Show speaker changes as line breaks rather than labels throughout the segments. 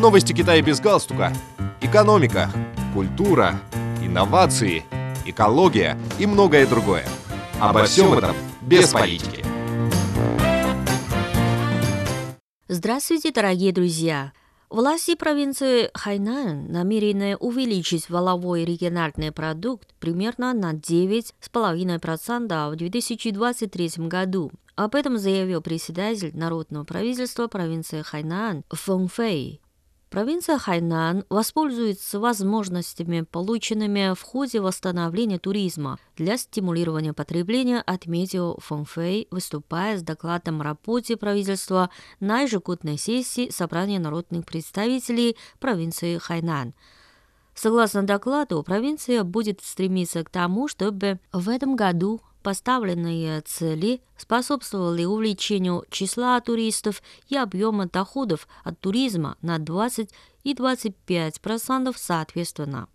Новости Китая без галстука. Экономика, культура, инновации, экология и многое другое. Обо всем этом без политики.
Здравствуйте, дорогие друзья! Власти провинции Хайнань намерены увеличить валовой региональный продукт примерно на 9,5% в 2023 году. Об этом заявил председатель Народного правительства провинции Хайнань Фэн Фэй. Провинция Хайнань воспользуется возможностями, полученными в ходе восстановления туризма для стимулирования потребления, отметил Фэн Фэй, выступая с докладом о работе правительства на ежегодной сессии Собрания народных представителей провинции Хайнань. Согласно докладу, провинция будет стремиться к тому, чтобы в этом году поставленные цели способствовали увеличению числа туристов и объема доходов от туризма на 20 и 25% соответственно.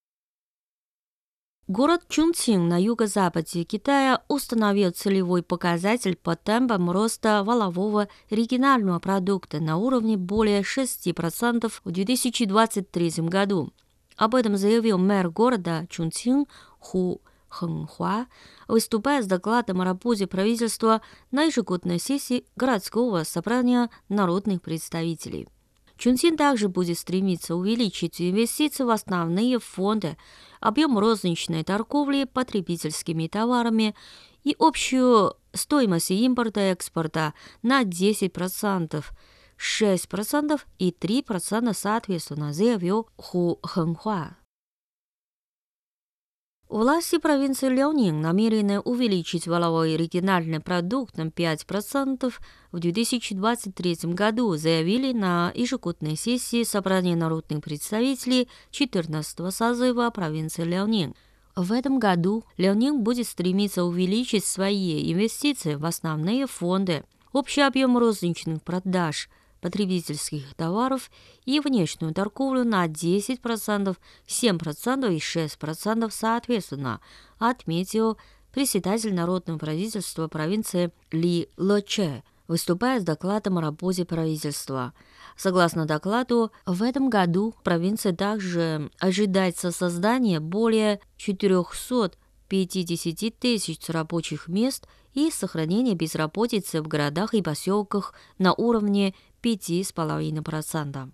Город Чунцин на юго-западе Китая установил целевой показатель по темпам роста валового регионального продукта на уровне более 6% в 2023 году. Об этом заявил мэр города Чунцин Ху Хэнхуа, выступая с докладом о работе правительства на ежегодной сессии городского собрания народных представителей. Чунцин также будет стремиться увеличить инвестиции в основные фонды, объем розничной торговли потребительскими товарами и общую стоимость импорта и экспорта на 10%, 6% и 3% соответственно, заявил Ху Хэнхуа. Власти провинции Ляньнин намерены увеличить валовой региональный продукт на 5% в 2023 году, заявили на ежегодной сессии Собрания народных представителей 14-го созыва провинции Ляньнин. В этом году Ляньнин будет стремиться увеличить свои инвестиции в основные фонды, общий объем розничных продаж потребительских товаров и внешнюю торговлю на 10%, 7% и 6% соответственно, отметил председатель Народного правительства провинции Ли Лэчэ, выступая с докладом о работе правительства. Согласно докладу, в этом году в провинции также ожидается создание более 450 тысяч рабочих мест и сохранение безработицы в городах и поселках на уровне 5,5%.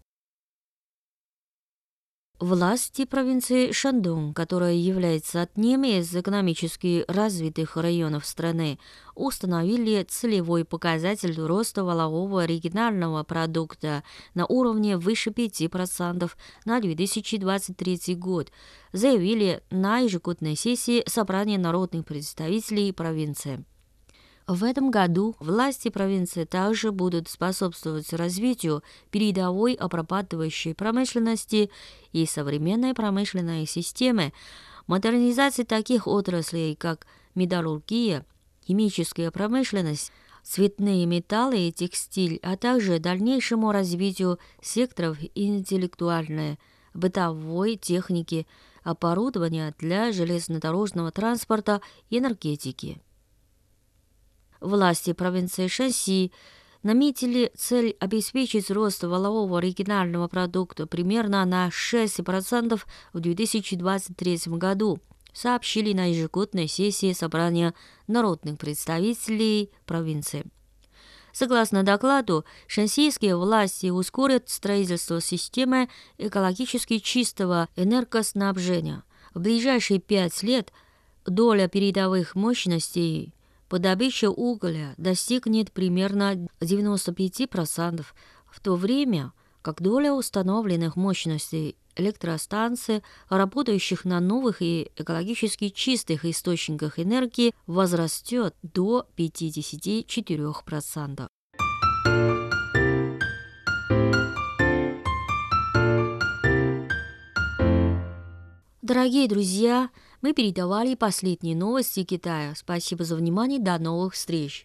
Власти провинции Шандун, которая является одним из экономически развитых районов страны, установили целевой показатель роста валового регионального продукта на уровне выше 5% на 2023 год, заявили на ежегодной сессии Собрания народных представителей провинции. В этом году власти провинции также будут способствовать развитию передовой обрабатывающей промышленности и современной промышленной системы, модернизации таких отраслей, как металлургия, химическая промышленность, цветные металлы и текстиль, а также дальнейшему развитию секторов интеллектуальной, бытовой техники, оборудования для железнодорожного транспорта и энергетики. Власти провинции Шанси наметили цель обеспечить рост валового регионального продукта примерно на 6% в 2023 году, сообщили на ежегодной сессии Собрания народных представителей провинции. Согласно докладу, шансийские власти ускорят строительство системы экологически чистого энергоснабжения. В ближайшие 5 лет доля передовых мощностей по добыче угля достигнет примерно 95%, в то время как доля установленных мощностей электростанций, работающих на новых и экологически чистых источниках энергии, возрастет до 54%. Дорогие друзья, мы передавали последние новости Китая. Спасибо за внимание. До новых встреч!